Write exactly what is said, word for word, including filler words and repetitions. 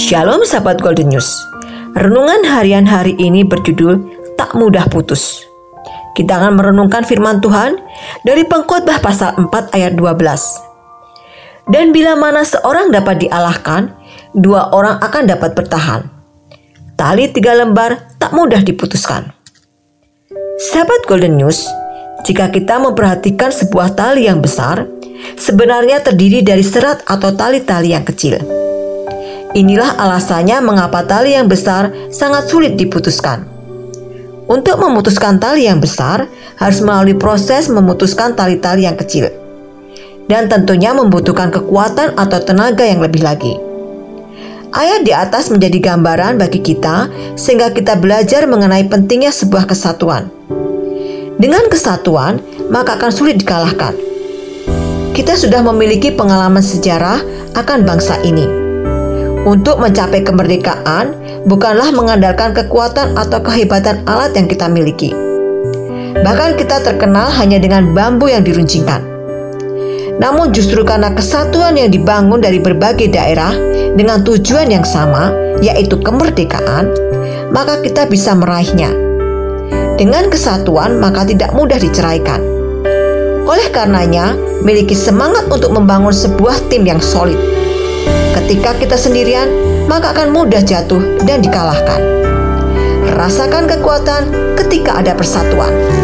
Shalom sahabat Golden News. Renungan harian hari ini berjudul Tak Mudah Putus. Kita akan merenungkan firman Tuhan dari Pengkhotbah pasal empat ayat dua belas. Dan bila mana seorang dapat dialahkan, dua orang akan dapat bertahan. Tali tiga lembar tak mudah diputuskan. Sahabat Golden News, jika kita memperhatikan sebuah tali yang besar, sebenarnya terdiri dari serat atau tali-tali yang kecil. Inilah alasannya mengapa tali yang besar sangat sulit diputuskan. Untuk memutuskan tali yang besar, harus melalui proses memutuskan tali-tali yang kecil. Dan tentunya membutuhkan kekuatan atau tenaga yang lebih lagi. Ayat di atas menjadi gambaran bagi kita sehingga kita belajar mengenai pentingnya sebuah kesatuan. Dengan kesatuan, maka akan sulit dikalahkan. Kita sudah memiliki pengalaman sejarah akan bangsa ini. Untuk mencapai kemerdekaan bukanlah mengandalkan kekuatan atau kehebatan alat yang kita miliki. Bahkan kita terkenal hanya dengan bambu yang diruncingkan. Namun justru karena kesatuan yang dibangun dari berbagai daerah dengan tujuan yang sama, yaitu kemerdekaan, maka kita bisa meraihnya. Dengan kesatuan maka tidak mudah diceraikan. Oleh karenanya, miliki semangat untuk membangun sebuah tim yang solid. Ketika kita sendirian, maka akan mudah jatuh dan dikalahkan. Rasakan kekuatan ketika ada persatuan.